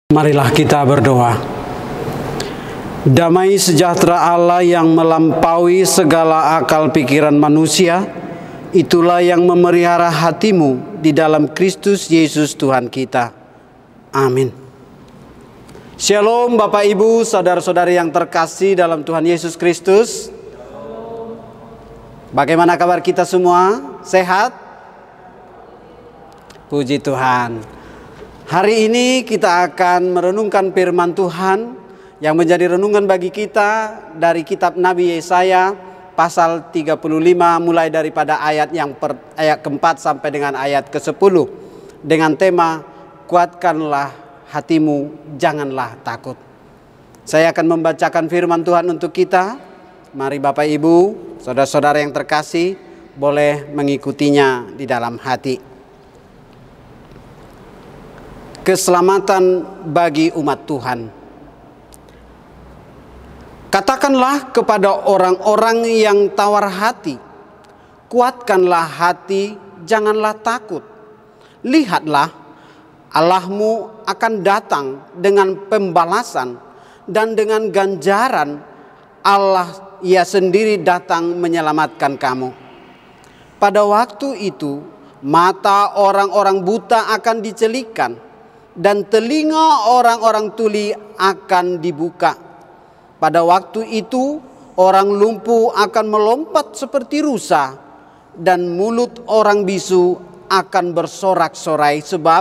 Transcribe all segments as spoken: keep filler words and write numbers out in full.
Marilah kita berdoa. Damai sejahtera Allah yang melampaui segala akal pikiran manusia, itulah yang memelihara hatimu di dalam Kristus Yesus Tuhan kita. Amin. Shalom Bapak Ibu, saudara-saudari yang terkasih dalam Tuhan Yesus Kristus. Bagaimana kabar kita semua? Sehat? Puji Tuhan. Hari ini kita akan merenungkan firman Tuhan yang menjadi renungan bagi kita dari kitab Nabi Yesaya pasal tiga puluh lima mulai daripada ayat yang per, ayat keempat sampai dengan ayat ke sepuluh dengan tema kuatkanlah hatimu, janganlah takut. Saya akan membacakan firman Tuhan untuk kita. Mari Bapak Ibu, saudara-saudara yang terkasih, boleh mengikutinya di dalam hati. Keselamatan bagi umat Tuhan. Katakanlah kepada orang-orang yang tawar hati, kuatkanlah hati, janganlah takut. Lihatlah, Allahmu akan datang dengan pembalasan dan dengan ganjaran. Allah Ia sendiri datang menyelamatkan kamu. Pada waktu itu, mata orang-orang buta akan dicelikkan dan telinga orang-orang tuli akan dibuka. Pada waktu itu orang lumpuh akan melompat seperti rusa dan mulut orang bisu akan bersorak-sorai sebab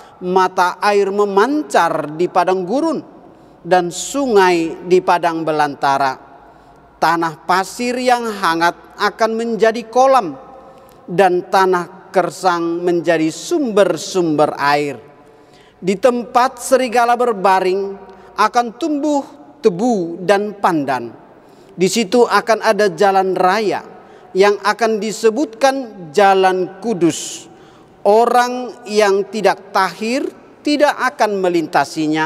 mata air memancar di padang gurun dan sungai di padang belantara. Tanah pasir yang hangat akan menjadi kolam dan tanah gersang menjadi sumber-sumber air. Di tempat serigala berbaring akan tumbuh tebu dan pandan. Di situ akan ada jalan raya yang akan disebutkan jalan kudus. Orang yang tidak tahir tidak akan melintasinya,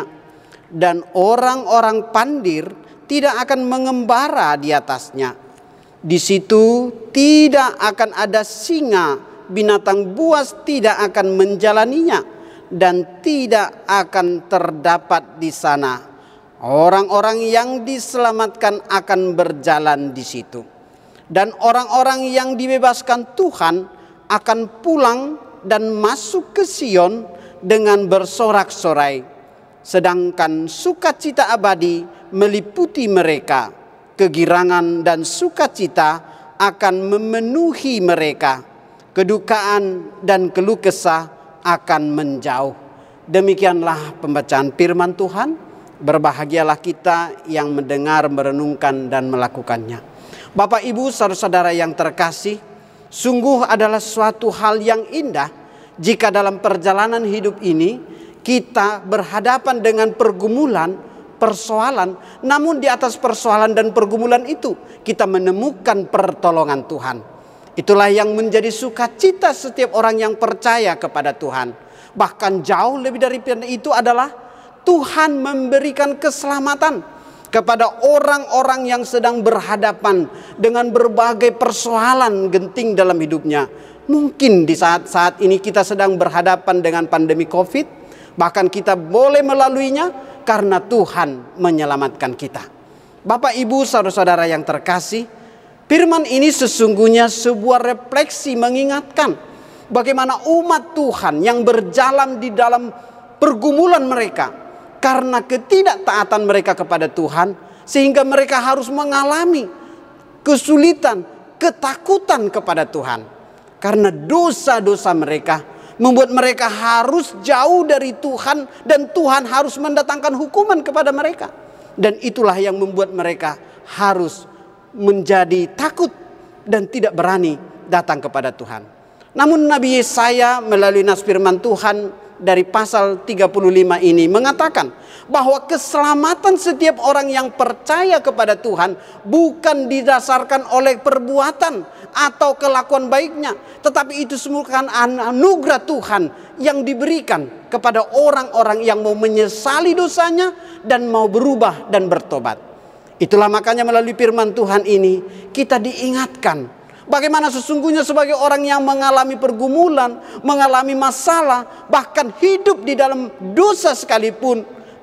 dan orang-orang pandir tidak akan mengembara di atasnya. Di situ tidak akan ada singa, binatang buas tidak akan menjalaninya, dan tidak akan terdapat di sana orang-orang yang diselamatkan akan berjalan di situ. Dan orang-orang yang dibebaskan Tuhan akan pulang dan masuk ke Sion dengan bersorak-sorai. Sedangkan sukacita abadi meliputi mereka. Kegirangan dan sukacita akan memenuhi mereka. Kedukaan dan keluh kesah akan menjauh. Demikianlah pembacaan firman Tuhan. Berbahagialah kita yang mendengar, merenungkan, dan melakukannya. Bapak Ibu saudara-saudara yang terkasih, sungguh adalah suatu hal yang indah jika dalam perjalanan hidup ini kita berhadapan dengan pergumulan, persoalan, namun di atas persoalan dan pergumulan itu kita menemukan pertolongan Tuhan. Itulah yang menjadi sukacita setiap orang yang percaya kepada Tuhan. Bahkan jauh lebih dari itu adalah Tuhan memberikan keselamatan kepada orang-orang yang sedang berhadapan dengan berbagai persoalan genting dalam hidupnya. Mungkin di saat-saat ini kita sedang berhadapan dengan pandemi COVID, bahkan kita boleh melaluinya karena Tuhan menyelamatkan kita. Bapak Ibu saudara-saudara yang terkasih, firman ini sesungguhnya sebuah refleksi mengingatkan bagaimana umat Tuhan yang berjalan di dalam pergumulan mereka karena ketidaktaatan mereka kepada Tuhan, sehingga mereka harus mengalami kesulitan, ketakutan kepada Tuhan. Karena dosa-dosa mereka membuat mereka harus jauh dari Tuhan, dan Tuhan harus mendatangkan hukuman kepada mereka. Dan itulah yang membuat mereka harus menjadi takut dan tidak berani datang kepada Tuhan. Namun Nabi Yesaya melalui nas firman Tuhan dari pasal tiga puluh lima ini mengatakan bahwa keselamatan setiap orang yang percaya kepada Tuhan bukan didasarkan oleh perbuatan atau kelakuan baiknya, tetapi itu semua kan anugerah Tuhan yang diberikan kepada orang-orang yang mau menyesali dosanya dan mau berubah dan bertobat. Itulah makanya melalui firman Tuhan ini kita diingatkan bagaimana sesungguhnya sebagai orang yang mengalami pergumulan, mengalami masalah, bahkan hidup di dalam dosa sekalipun,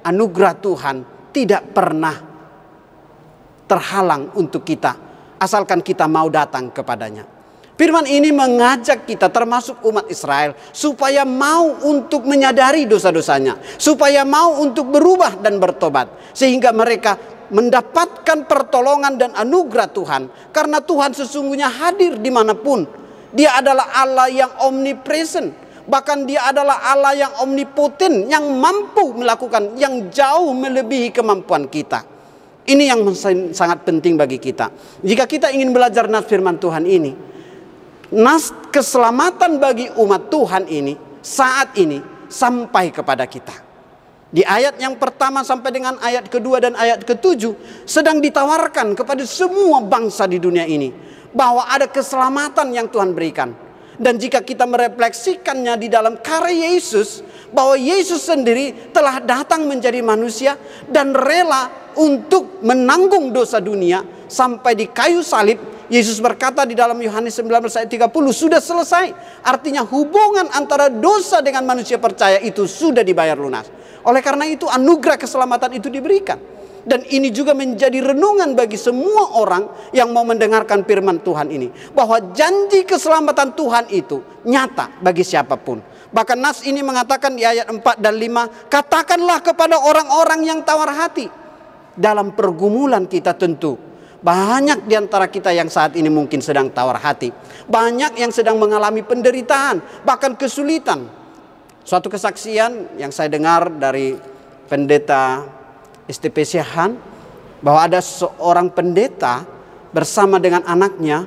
anugerah Tuhan tidak pernah terhalang untuk kita, asalkan kita mau datang kepadanya. Firman ini mengajak kita termasuk umat Israel supaya mau untuk menyadari dosa-dosanya, supaya mau untuk berubah dan bertobat, sehingga mereka mendapatkan pertolongan dan anugerah Tuhan. Karena Tuhan sesungguhnya hadir dimanapun. Dia adalah Allah yang omnipresent, bahkan dia adalah Allah yang omnipoten, yang mampu melakukan yang jauh melebihi kemampuan kita. Ini yang sangat penting bagi kita. Jika kita ingin belajar nas firman Tuhan ini, nas keselamatan bagi umat Tuhan ini saat ini sampai kepada kita. Di ayat yang pertama sampai dengan ayat kedua dan ayat ketujuh sedang ditawarkan kepada semua bangsa di dunia ini bahwa ada keselamatan yang Tuhan berikan. Dan jika kita merefleksikannya di dalam karya Yesus, bahwa Yesus sendiri telah datang menjadi manusia dan rela untuk menanggung dosa dunia sampai di kayu salib. Yesus berkata di dalam Yohanes sembilan belas ayat tiga puluh, sudah selesai. Artinya hubungan antara dosa dengan manusia percaya itu sudah dibayar lunas. Oleh karena itu anugerah keselamatan itu diberikan. Dan ini juga menjadi renungan bagi semua orang yang mau mendengarkan firman Tuhan ini, bahwa janji keselamatan Tuhan itu nyata bagi siapapun. Bahkan nas ini mengatakan di ayat empat dan lima, katakanlah kepada orang-orang yang tawar hati. Dalam pergumulan kita tentu banyak di antara kita yang saat ini mungkin sedang tawar hati. Banyak yang sedang mengalami penderitaan, bahkan kesulitan. Suatu kesaksian yang saya dengar dari pendeta S T P Syahan, bahwa ada seorang pendeta bersama dengan anaknya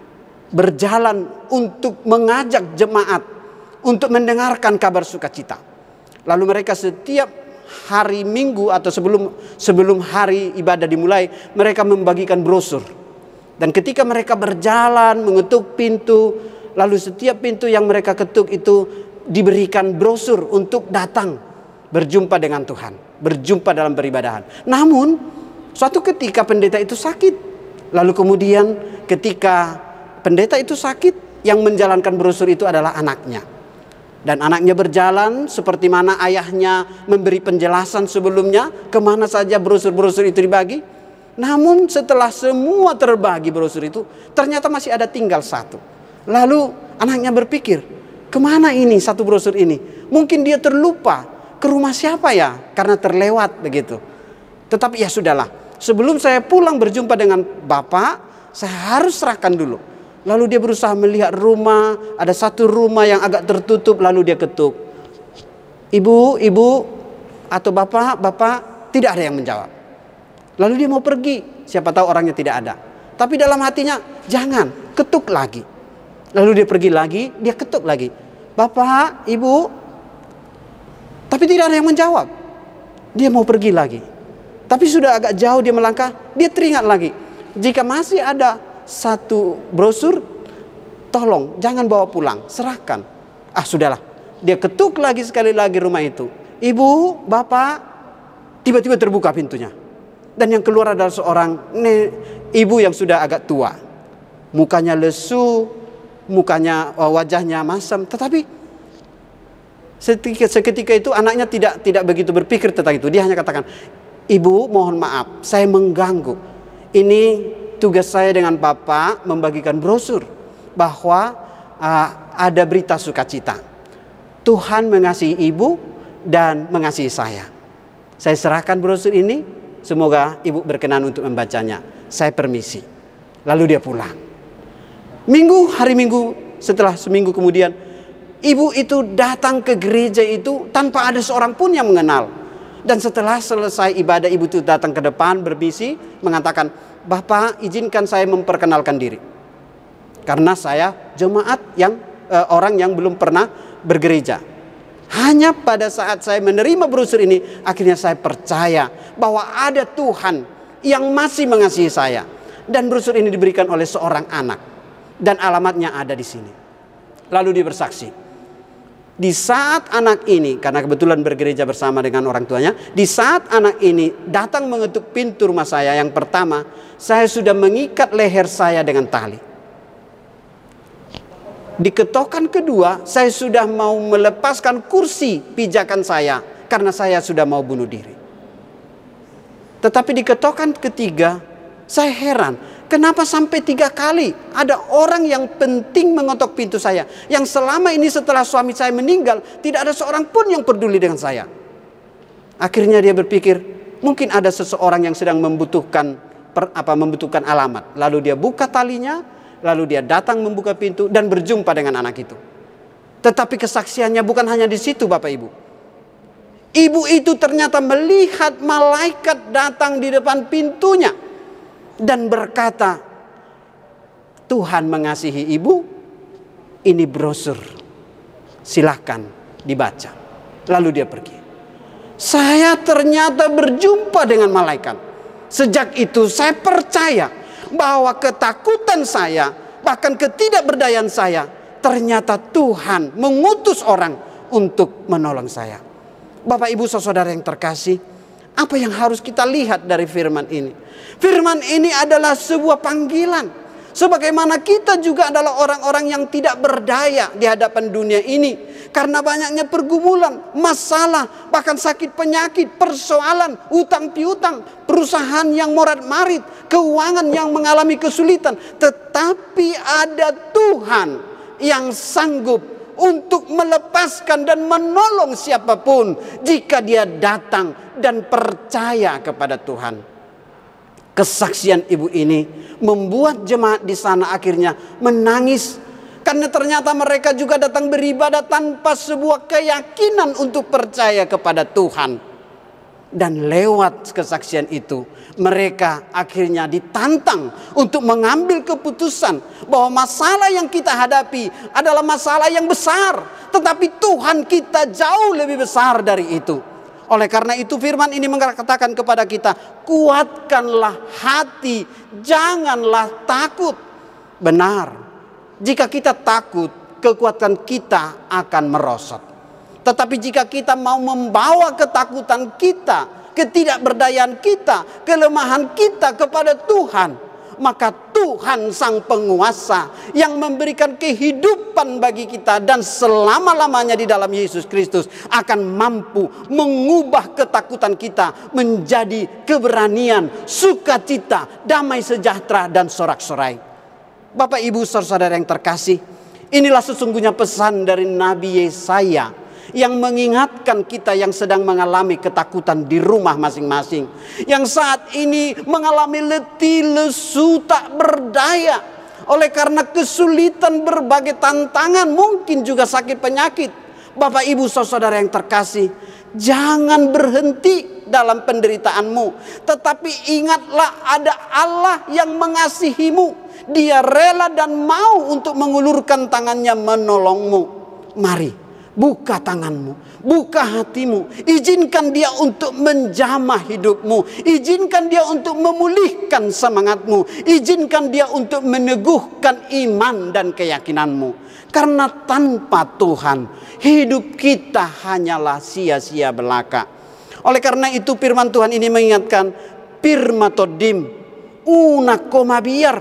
berjalan untuk mengajak jemaat untuk mendengarkan kabar sukacita. Lalu mereka setiap hari Minggu atau sebelum sebelum hari ibadah dimulai, mereka membagikan brosur. Dan ketika mereka berjalan mengetuk pintu, lalu setiap pintu yang mereka ketuk itu diberikan brosur untuk datang berjumpa dengan Tuhan, berjumpa dalam peribadahan. Namun suatu ketika pendeta itu sakit. Lalu kemudian ketika pendeta itu sakit, yang menjalankan brosur itu adalah anaknya. Dan anaknya berjalan seperti mana ayahnya memberi penjelasan sebelumnya, kemana saja brosur-brosur itu dibagi. Namun setelah semua terbagi brosur itu, ternyata masih ada tinggal satu. Lalu anaknya berpikir, kemana ini satu brosur ini? Mungkin dia terlupa, ke rumah siapa ya? Karena terlewat begitu. Tetapi ya sudahlah, sebelum saya pulang berjumpa dengan bapak, saya harus serahkan dulu. Lalu dia berusaha melihat rumah, ada satu rumah yang agak tertutup, lalu dia ketuk. Ibu, ibu, atau bapak, bapak, tidak ada yang menjawab. Lalu dia mau pergi, siapa tahu orangnya tidak ada. Tapi dalam hatinya, jangan, ketuk lagi. Lalu dia pergi lagi, dia ketuk lagi. Bapak, ibu, tapi tidak ada yang menjawab. Dia mau pergi lagi. Tapi sudah agak jauh dia melangkah, dia teringat lagi. Jika masih ada satu brosur, tolong jangan bawa pulang, serahkan. Ah sudahlah, dia ketuk lagi sekali lagi rumah itu. Ibu, bapak, tiba-tiba terbuka pintunya. Dan yang keluar adalah seorang ne, ibu yang sudah agak tua. Mukanya lesu, mukanya wajahnya masam. Tetapi seketika, seketika itu anaknya tidak tidak begitu berpikir tentang itu. Dia hanya katakan, ibu mohon maaf, saya mengganggu. Ini tugas saya dengan bapak membagikan brosur bahwa uh, ada berita sukacita. Tuhan mengasihi ibu dan mengasihi saya. Saya serahkan brosur ini, semoga ibu berkenan untuk membacanya. Saya permisi. Lalu dia pulang. Minggu, hari Minggu, setelah seminggu kemudian, ibu itu datang ke gereja itu tanpa ada seorang pun yang mengenal. Dan setelah selesai ibadah, ibu itu datang ke depan berbisi mengatakan, Bapak izinkan saya memperkenalkan diri. Karena saya jemaat yang eh, orang yang belum pernah bergereja. Hanya pada saat saya menerima brosur ini, akhirnya saya percaya bahwa ada Tuhan yang masih mengasihi saya. Dan brosur ini diberikan oleh seorang anak. Dan alamatnya ada di sini. Lalu dia bersaksi. Di saat anak ini, karena kebetulan bergereja bersama dengan orang tuanya, di saat anak ini datang mengetuk pintu rumah saya yang pertama, saya sudah mengikat leher saya dengan tali. Di ketokan kedua, saya sudah mau melepaskan kursi pijakan saya karena saya sudah mau bunuh diri. Tetapi di ketokan ketiga, saya heran, kenapa sampai tiga kali ada orang yang penting mengetok pintu saya, yang selama ini setelah suami saya meninggal tidak ada seorang pun yang peduli dengan saya. Akhirnya dia berpikir, mungkin ada seseorang yang sedang membutuhkan per, apa membutuhkan alamat. Lalu dia buka talinya, lalu dia datang membuka pintu dan berjumpa dengan anak itu. Tetapi kesaksiannya bukan hanya di situ, Bapak Ibu. Ibu itu ternyata melihat malaikat datang di depan pintunya dan berkata, Tuhan mengasihi ibu, ini brosur, silahkan dibaca. Lalu dia pergi. Saya ternyata berjumpa dengan malaikat. Sejak itu saya percaya bahwa ketakutan saya, bahkan ketidakberdayaan saya, ternyata Tuhan mengutus orang untuk menolong saya. Bapak Ibu saudara yang terkasih, apa yang harus kita lihat dari firman ini? Firman ini adalah sebuah panggilan. Sebagaimana kita juga adalah orang-orang yang tidak berdaya di hadapan dunia ini. Karena banyaknya pergumulan, masalah, bahkan sakit penyakit, persoalan, utang piutang, perusahaan yang morat-marit, keuangan yang mengalami kesulitan. Tetapi ada Tuhan yang sanggup untuk melepaskan dan menolong siapapun jika dia datang dan percaya kepada Tuhan. Kesaksian ibu ini membuat jemaat di sana akhirnya menangis, karena ternyata mereka juga datang beribadah tanpa sebuah keyakinan untuk percaya kepada Tuhan. Dan lewat kesaksian itu mereka akhirnya ditantang untuk mengambil keputusan bahwa masalah yang kita hadapi adalah masalah yang besar, tetapi Tuhan kita jauh lebih besar dari itu. Oleh karena itu firman ini mengatakan kepada kita, kuatkanlah hati, janganlah takut. Benar, jika kita takut, kekuatan kita akan merosot. Tetapi jika kita mau membawa ketakutan kita, ketidakberdayaan kita, kelemahan kita kepada Tuhan, maka Tuhan sang penguasa yang memberikan kehidupan bagi kita dan selama-lamanya di dalam Yesus Kristus akan mampu mengubah ketakutan kita menjadi keberanian, sukacita, damai sejahtera dan sorak-sorai. Bapak Ibu saudara yang terkasih, inilah sesungguhnya pesan dari Nabi Yesaya yang mengingatkan kita yang sedang mengalami ketakutan di rumah masing-masing, yang saat ini mengalami letih, lesu, tak berdaya oleh karena kesulitan, berbagai tantangan, mungkin juga sakit penyakit. Bapak Ibu saudara yang terkasih, jangan berhenti dalam penderitaanmu, tetapi ingatlah ada Allah yang mengasihimu. Dia rela dan mau untuk mengulurkan tangannya menolongmu. Mari, buka tanganmu, buka hatimu, izinkan dia untuk menjamah hidupmu, izinkan dia untuk memulihkan semangatmu, izinkan dia untuk meneguhkan iman dan keyakinanmu. Karena tanpa Tuhan, hidup kita hanyalah sia-sia belaka. Oleh karena itu firman Tuhan ini mengingatkan, pirmatodim, una koma biar,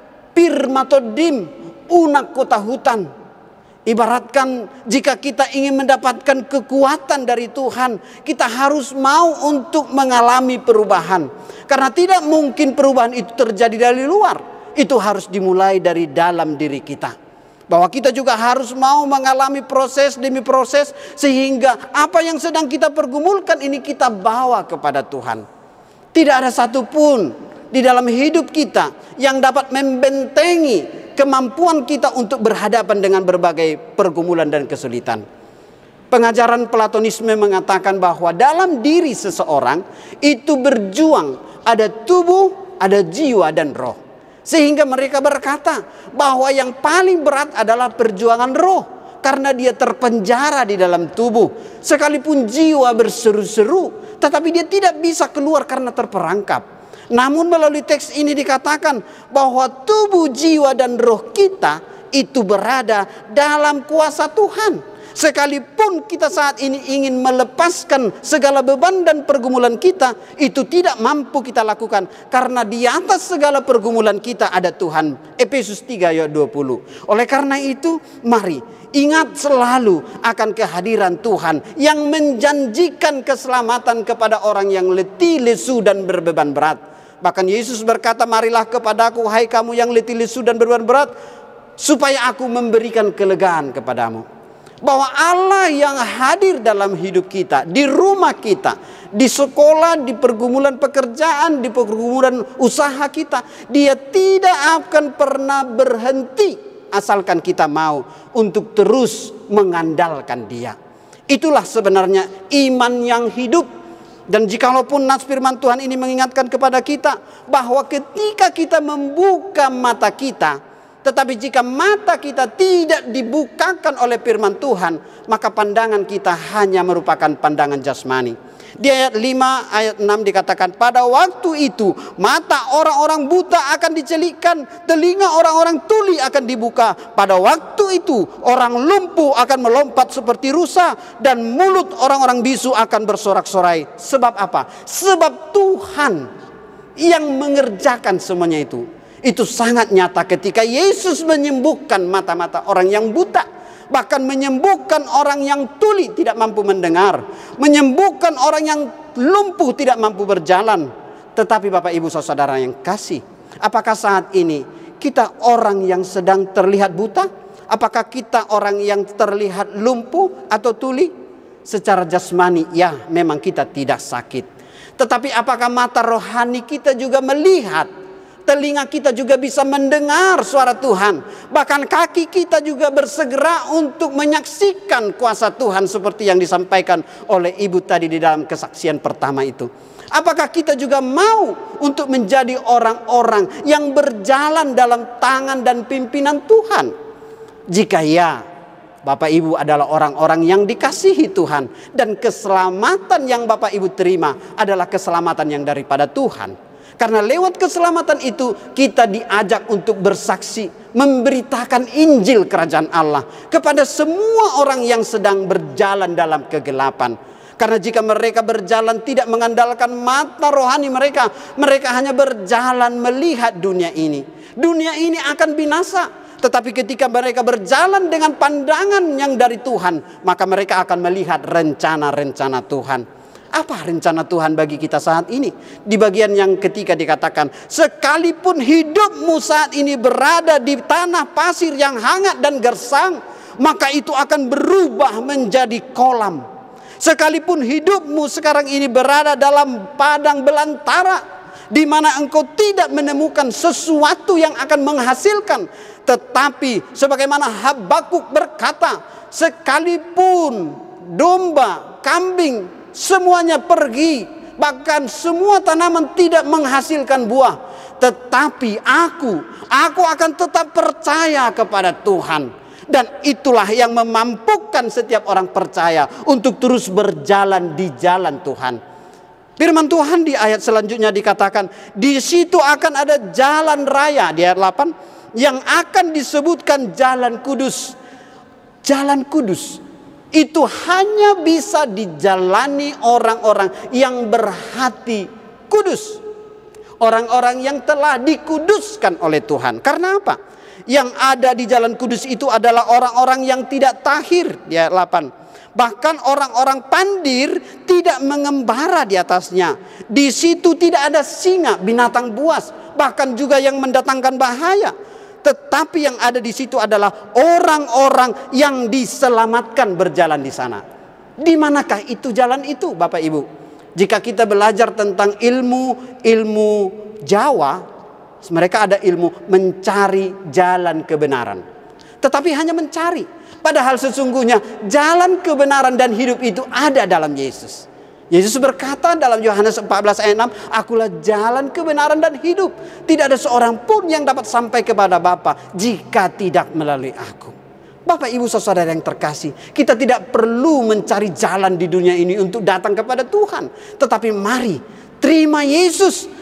pirmatodim, una kota hutan. Ibaratkan jika kita ingin mendapatkan kekuatan dari Tuhan, kita harus mau untuk mengalami perubahan. Karena tidak mungkin perubahan itu terjadi dari luar. Itu harus dimulai dari dalam diri kita. Bahwa kita juga harus mau mengalami proses demi proses, sehingga apa yang sedang kita pergumulkan ini kita bawa kepada Tuhan. Tidak ada satupun di dalam hidup kita yang dapat membentengi kemampuan kita untuk berhadapan dengan berbagai pergumulan dan kesulitan. Pengajaran Platonisme mengatakan bahwa dalam diri seseorang itu berjuang, ada tubuh, ada jiwa dan roh. Sehingga mereka berkata bahwa yang paling berat adalah perjuangan roh, karena dia terpenjara di dalam tubuh. Sekalipun jiwa berseru-seru, tetapi dia tidak bisa keluar karena terperangkap. Namun melalui teks ini dikatakan bahwa tubuh, jiwa dan roh kita itu berada dalam kuasa Tuhan. Sekalipun kita saat ini ingin melepaskan segala beban dan pergumulan kita, itu tidak mampu kita lakukan. Karena di atas segala pergumulan kita ada Tuhan. Efesus tiga ayat dua puluh. Oleh karena itu, mari ingat selalu akan kehadiran Tuhan yang menjanjikan keselamatan kepada orang yang letih, lesu, dan berbeban berat. Bahkan Yesus berkata, marilah kepadaku, hai kamu yang letih, lesu, dan berbeban berat, supaya aku memberikan kelegaan kepadamu. Bahwa Allah yang hadir dalam hidup kita, di rumah kita, di sekolah, di pergumulan pekerjaan, di pergumulan usaha kita, Dia tidak akan pernah berhenti asalkan kita mau untuk terus mengandalkan Dia. Itulah sebenarnya iman yang hidup. Dan jikalaupun nas firman Tuhan ini mengingatkan kepada kita bahwa ketika kita membuka mata kita, tetapi jika mata kita tidak dibukakan oleh firman Tuhan, maka pandangan kita hanya merupakan pandangan jasmani. Di ayat lima, ayat enam dikatakan, pada waktu itu mata orang-orang buta akan dicelikkan, telinga orang-orang tuli akan dibuka. Pada waktu itu orang lumpuh akan melompat seperti rusa, dan mulut orang-orang bisu akan bersorak-sorai. Sebab apa? Sebab Tuhan yang mengerjakan semuanya itu. Itu sangat nyata ketika Yesus menyembuhkan mata-mata orang yang buta. Bahkan menyembuhkan orang yang tuli tidak mampu mendengar. Menyembuhkan orang yang lumpuh tidak mampu berjalan. Tetapi Bapak Ibu Saudara yang kasih, apakah saat ini kita orang yang sedang terlihat buta? Apakah kita orang yang terlihat lumpuh atau tuli? Secara jasmani, ya memang kita tidak sakit. Tetapi apakah mata rohani kita juga melihat? Telinga kita juga bisa mendengar suara Tuhan. Bahkan kaki kita juga bersegera untuk menyaksikan kuasa Tuhan seperti yang disampaikan oleh Ibu tadi di dalam kesaksian pertama itu. Apakah kita juga mau untuk menjadi orang-orang yang berjalan dalam tangan dan pimpinan Tuhan? Jika ya, Bapak Ibu adalah orang-orang yang dikasihi Tuhan. Dan keselamatan yang Bapak Ibu terima adalah keselamatan yang daripada Tuhan. Karena lewat keselamatan itu kita diajak untuk bersaksi, memberitakan Injil Kerajaan Allah kepada semua orang yang sedang berjalan dalam kegelapan. Karena jika mereka berjalan tidak mengandalkan mata rohani mereka, mereka hanya berjalan melihat dunia ini. Dunia ini akan binasa. Tetapi ketika mereka berjalan dengan pandangan yang dari Tuhan, maka mereka akan melihat rencana-rencana Tuhan. Apa rencana Tuhan bagi kita saat ini? Di bagian yang ketiga dikatakan, sekalipun hidupmu saat ini berada di tanah pasir yang hangat dan gersang, maka itu akan berubah menjadi kolam. Sekalipun hidupmu sekarang ini berada dalam padang belantara, di mana engkau tidak menemukan sesuatu yang akan menghasilkan. Tetapi sebagaimana Habakuk berkata, sekalipun domba, kambing, semuanya pergi, bahkan semua tanaman tidak menghasilkan buah, tetapi aku, aku akan tetap percaya kepada Tuhan. Dan itulah yang memampukan setiap orang percaya untuk terus berjalan di jalan Tuhan. Firman Tuhan di ayat selanjutnya dikatakan, di situ akan ada jalan raya, di ayat delapan, yang akan disebutkan jalan kudus. Jalan kudus itu hanya bisa dijalani orang-orang yang berhati kudus. Orang-orang yang telah dikuduskan oleh Tuhan. Karena apa? Yang ada di jalan kudus itu adalah orang-orang yang tidak tahir. Di ayat delapan. Bahkan orang-orang pandir tidak mengembara di atasnya. Di situ tidak ada singa, binatang buas, bahkan juga yang mendatangkan bahaya. Tetapi yang ada di situ adalah orang-orang yang diselamatkan berjalan di sana. Di manakah itu jalan itu, Bapak Ibu? Jika kita belajar tentang ilmu ilmu Jawa, mereka ada ilmu mencari jalan kebenaran. Tetapi hanya mencari. Padahal sesungguhnya jalan kebenaran dan hidup itu ada dalam Yesus. Yesus berkata dalam Yohanes empat belas ayat enam, akulah jalan kebenaran dan hidup. Tidak ada seorang pun yang dapat sampai kepada Bapa jika tidak melalui aku. Bapak Ibu Saudara yang terkasih, kita tidak perlu mencari jalan di dunia ini untuk datang kepada Tuhan. Tetapi mari terima Yesus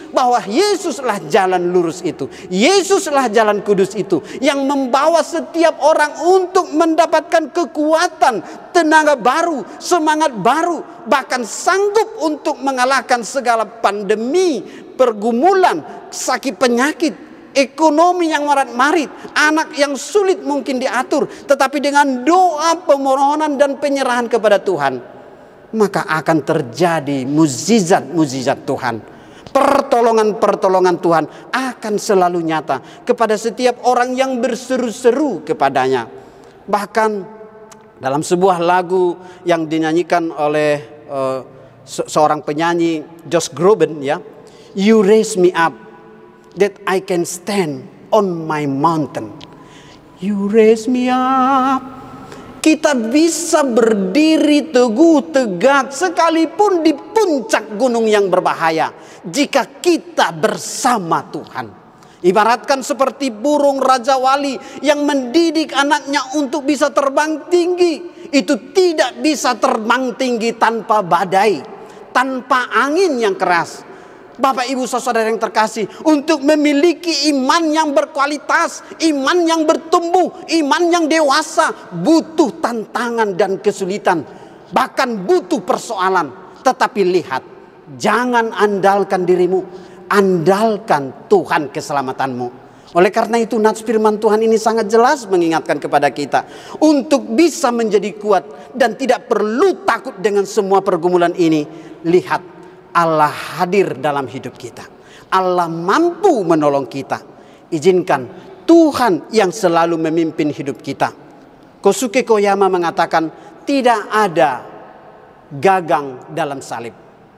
bahwa Yesuslah jalan lurus itu. Yesuslah jalan kudus itu yang membawa setiap orang untuk mendapatkan kekuatan, tenaga baru, semangat baru, bahkan sanggup untuk mengalahkan segala pandemi, pergumulan, sakit penyakit, ekonomi yang marat-marit, anak yang sulit mungkin diatur, tetapi dengan doa, permohonan dan penyerahan kepada Tuhan, maka akan terjadi mukjizat-mukjizat Tuhan. Pertolongan-pertolongan Tuhan akan selalu nyata kepada setiap orang yang berseru-seru kepadanya. Bahkan dalam sebuah lagu yang dinyanyikan oleh uh, se seorang penyanyi, Josh Groban, ya, "You raise me up that I can stand on my mountain." You raise me up. Kita bisa berdiri teguh tegak sekalipun di puncak gunung yang berbahaya jika kita bersama Tuhan. Ibaratkan seperti burung Raja Wali yang mendidik anaknya untuk bisa terbang tinggi. Itu tidak bisa terbang tinggi tanpa badai, tanpa angin yang keras. Bapak ibu saudara yang terkasih, untuk memiliki iman yang berkualitas, iman yang bertumbuh, iman yang dewasa, butuh tantangan dan kesulitan, bahkan butuh persoalan. Tetapi lihat, jangan andalkan dirimu, andalkan Tuhan keselamatanmu. Oleh karena itu nats firman Tuhan ini sangat jelas mengingatkan kepada kita untuk bisa menjadi kuat dan tidak perlu takut dengan semua pergumulan ini. Lihat, Allah hadir dalam hidup kita. Allah mampu menolong kita. Izinkan Tuhan yang selalu memimpin hidup kita. Kosuke Koyama mengatakan tidak ada gagang dalam salib.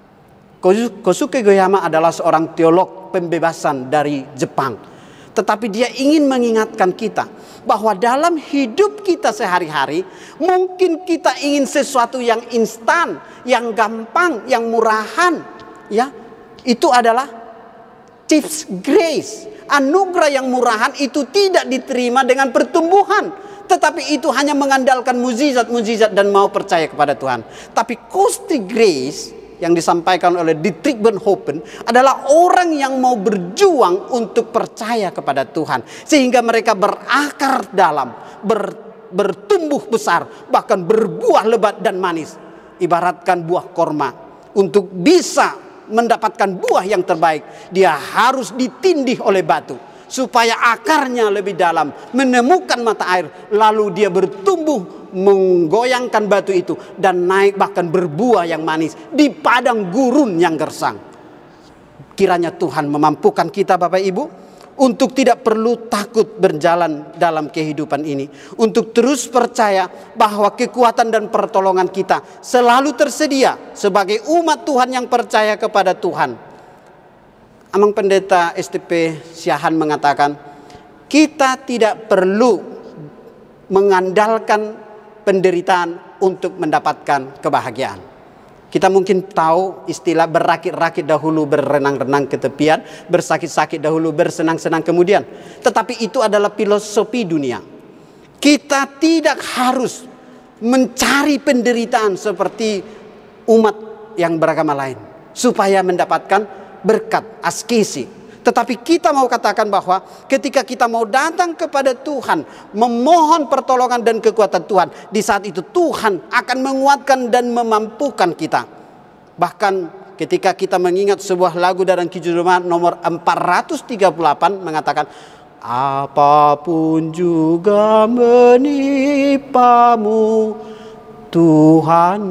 Kosuke Koyama adalah seorang teolog pembebasan dari Jepang. Tetapi dia ingin mengingatkan kita bahwa dalam hidup kita sehari-hari mungkin kita ingin sesuatu yang instan, yang gampang, yang murahan, ya. Itu adalah tips grace. Anugerah yang murahan itu tidak diterima dengan pertumbuhan, tetapi itu hanya mengandalkan mukjizat-mukjizat dan mau percaya kepada Tuhan. Tapi costly grace yang disampaikan oleh Dietrich Bonhoeffer adalah orang yang mau berjuang untuk percaya kepada Tuhan, sehingga mereka berakar dalam, ber, bertumbuh besar, bahkan berbuah lebat dan manis. Ibaratkan buah korma, untuk bisa mendapatkan buah yang terbaik, dia harus ditindih oleh batu supaya akarnya lebih dalam, menemukan mata air, lalu dia bertumbuh, menggoyangkan batu itu dan naik bahkan berbuah yang manis di padang gurun yang gersang. Kiranya Tuhan memampukan kita Bapak Ibu untuk tidak perlu takut berjalan dalam kehidupan ini, untuk terus percaya bahwa kekuatan dan pertolongan kita selalu tersedia sebagai umat Tuhan yang percaya kepada Tuhan. Amang Pendeta S T P Siahan mengatakan, kita tidak perlu mengandalkan penderitaan untuk mendapatkan kebahagiaan. Kita mungkin tahu istilah berakit-rakit dahulu, berenang-renang ke tepian, bersakit-sakit dahulu, bersenang-senang kemudian. Tetapi itu adalah filosofi dunia. Kita tidak harus mencari penderitaan seperti umat yang beragama lain supaya mendapatkan berkat askesi. Tetapi kita mau katakan bahwa ketika kita mau datang kepada Tuhan, memohon pertolongan dan kekuatan Tuhan, di saat itu Tuhan akan menguatkan dan memampukan kita. Bahkan ketika kita mengingat sebuah lagu dalam Kidung nomor empat ratus tiga puluh delapan mengatakan, apapun juga menimpamu, Tuhan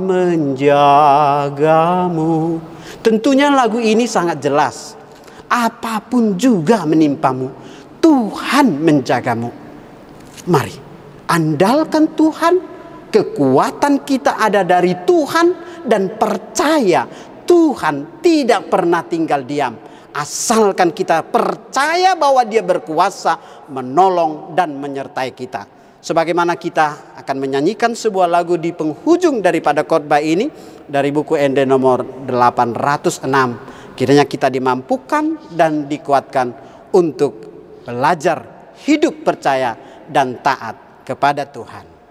menjagamu. Tentunya lagu ini sangat jelas. Apapun juga menimpamu, Tuhan menjagamu. Mari andalkan Tuhan. Kekuatan kita ada dari Tuhan, dan percaya Tuhan tidak pernah tinggal diam. Asalkan kita percaya bahwa Dia berkuasa menolong dan menyertai kita. Sebagaimana kita akan menyanyikan sebuah lagu di penghujung daripada khotbah ini dari buku N D nomor delapan ratus enam. Kiranya kita dimampukan dan dikuatkan untuk belajar hidup percaya dan taat kepada Tuhan.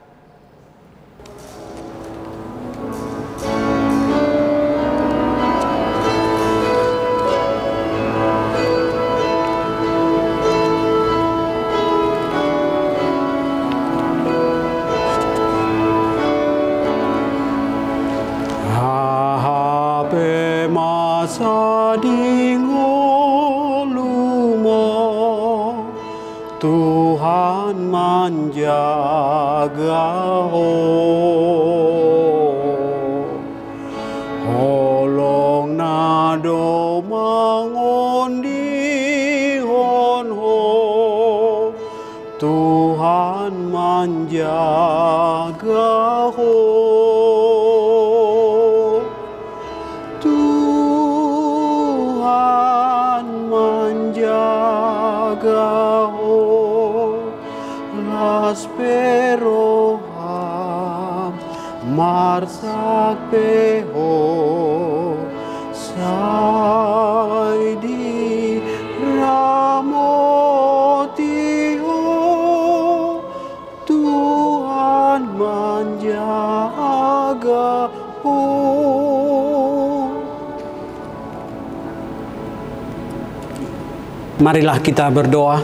semasa dingolumo, Tuhan menjaga ho. Holong nado mangondi hon ho, Tuhan menjaga ho. Tuhan menjaga ho, laspero ham marsak peho, sai di ramoti ho, Tuhan menjaga ho. Marilah kita berdoa.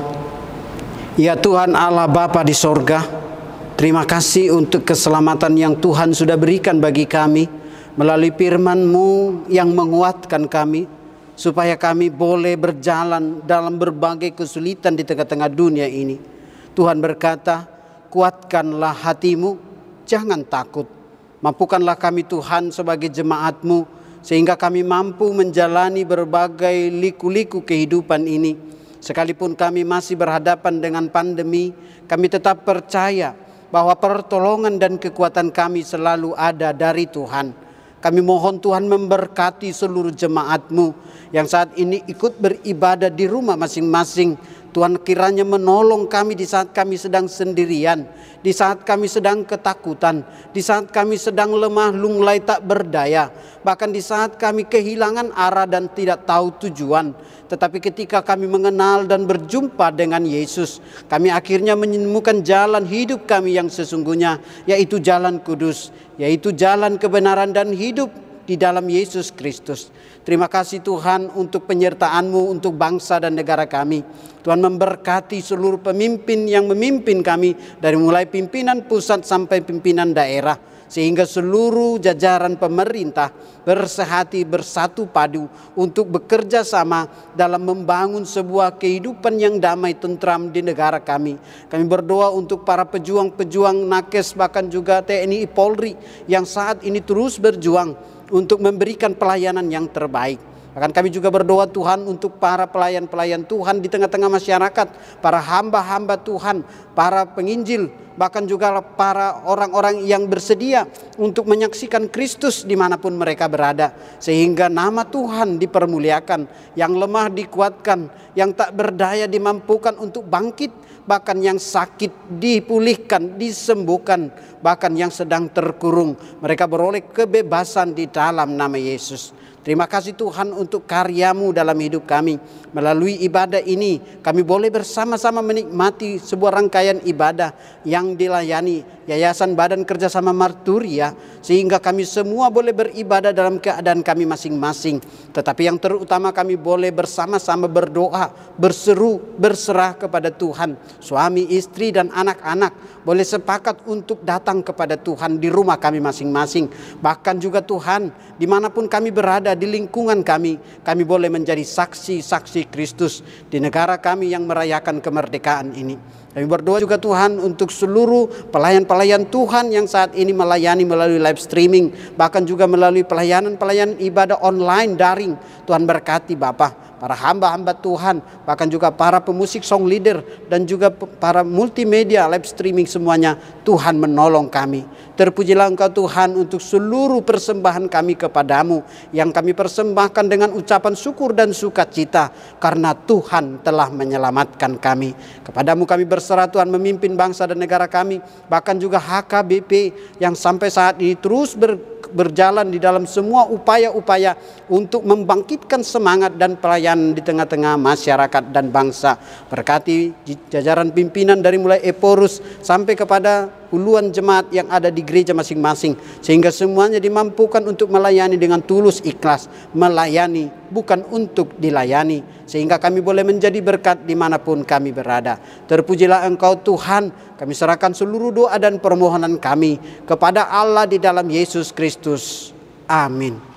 Ya Tuhan Allah Bapa di sorga, terima kasih untuk keselamatan yang Tuhan sudah berikan bagi kami melalui firman-Mu yang menguatkan kami, supaya kami boleh berjalan dalam berbagai kesulitan di tengah-tengah dunia ini. Tuhan berkata, kuatkanlah hatimu, jangan takut. Mampukanlah kami Tuhan sebagai jemaat-Mu, sehingga kami mampu menjalani berbagai liku-liku kehidupan ini. Sekalipun kami masih berhadapan dengan pandemi, kami tetap percaya bahwa pertolongan dan kekuatan kami selalu ada dari Tuhan. Kami mohon Tuhan memberkati seluruh jemaat-Mu yang saat ini ikut beribadah di rumah masing-masing. Tuhan kiranya menolong kami di saat kami sedang sendirian, di saat kami sedang ketakutan, di saat kami sedang lemah lunglai tak berdaya, bahkan di saat kami kehilangan arah dan tidak tahu tujuan. Tetapi ketika kami mengenal dan berjumpa dengan Yesus, kami akhirnya menemukan jalan hidup kami yang sesungguhnya, yaitu jalan kudus, yaitu jalan kebenaran dan hidup di dalam Yesus Kristus. Terima kasih Tuhan untuk penyertaan-Mu untuk bangsa dan negara kami. Tuhan memberkati seluruh pemimpin yang memimpin kami, dari mulai pimpinan pusat sampai pimpinan daerah, sehingga seluruh jajaran pemerintah bersehati bersatu padu untuk bekerja sama dalam membangun sebuah kehidupan yang damai tentram di negara kami. Kami berdoa untuk para pejuang-pejuang nakes, bahkan juga T N I Polri yang saat ini terus berjuang untuk memberikan pelayanan yang terbaik. Akan kami juga berdoa Tuhan untuk para pelayan-pelayan Tuhan di tengah-tengah masyarakat, para hamba-hamba Tuhan, para penginjil, bahkan juga para orang-orang yang bersedia untuk menyaksikan Kristus dimanapun mereka berada, sehingga nama Tuhan dipermuliakan, yang lemah dikuatkan, yang tak berdaya dimampukan untuk bangkit, bahkan yang sakit dipulihkan, disembuhkan, bahkan yang sedang terkurung mereka beroleh kebebasan di dalam nama Yesus. Terima kasih Tuhan untuk karya-Mu dalam hidup kami. Melalui ibadah ini kami boleh bersama-sama menikmati sebuah rangkaian ibadah yang dilayani Yayasan Badan Kerjasama Marturia, sehingga kami semua boleh beribadah dalam keadaan kami masing-masing. Tetapi yang terutama kami boleh bersama-sama berdoa, berseru, berserah kepada Tuhan. Suami, istri dan anak-anak boleh sepakat untuk datang kepada Tuhan di rumah kami masing-masing. Bahkan juga Tuhan, dimanapun kami berada di lingkungan kami, kami boleh menjadi saksi-saksi Kristus di negara kami yang merayakan kemerdekaan ini. Kami berdoa juga Tuhan untuk seluruh pelayan-pelayan Tuhan yang saat ini melayani melalui live streaming, bahkan juga melalui pelayanan-pelayanan ibadah online daring. Tuhan berkati Bapa, para hamba-hamba Tuhan, bahkan juga para pemusik song leader dan juga para multimedia live streaming semuanya. Tuhan menolong kami. Terpujilah Engkau Tuhan untuk seluruh persembahan kami kepadamu, yang kami persembahkan dengan ucapan syukur dan sukacita, karena Tuhan telah menyelamatkan kami. Kepadamu kami berserah Tuhan, memimpin bangsa dan negara kami, bahkan juga H K B P yang sampai saat ini terus ber berjalan di dalam semua upaya-upaya untuk membangkitkan semangat dan pelayanan di tengah-tengah masyarakat dan bangsa. Berkati jajaran pimpinan dari mulai Eporus sampai kepada puluhan jemaat yang ada di gereja masing-masing, sehingga semuanya dimampukan untuk melayani dengan tulus ikhlas, melayani bukan untuk dilayani, sehingga kami boleh menjadi berkat dimanapun kami berada. Terpujilah Engkau Tuhan. Kami serahkan seluruh doa dan permohonan kami kepada Allah di dalam Yesus Kristus. Amin.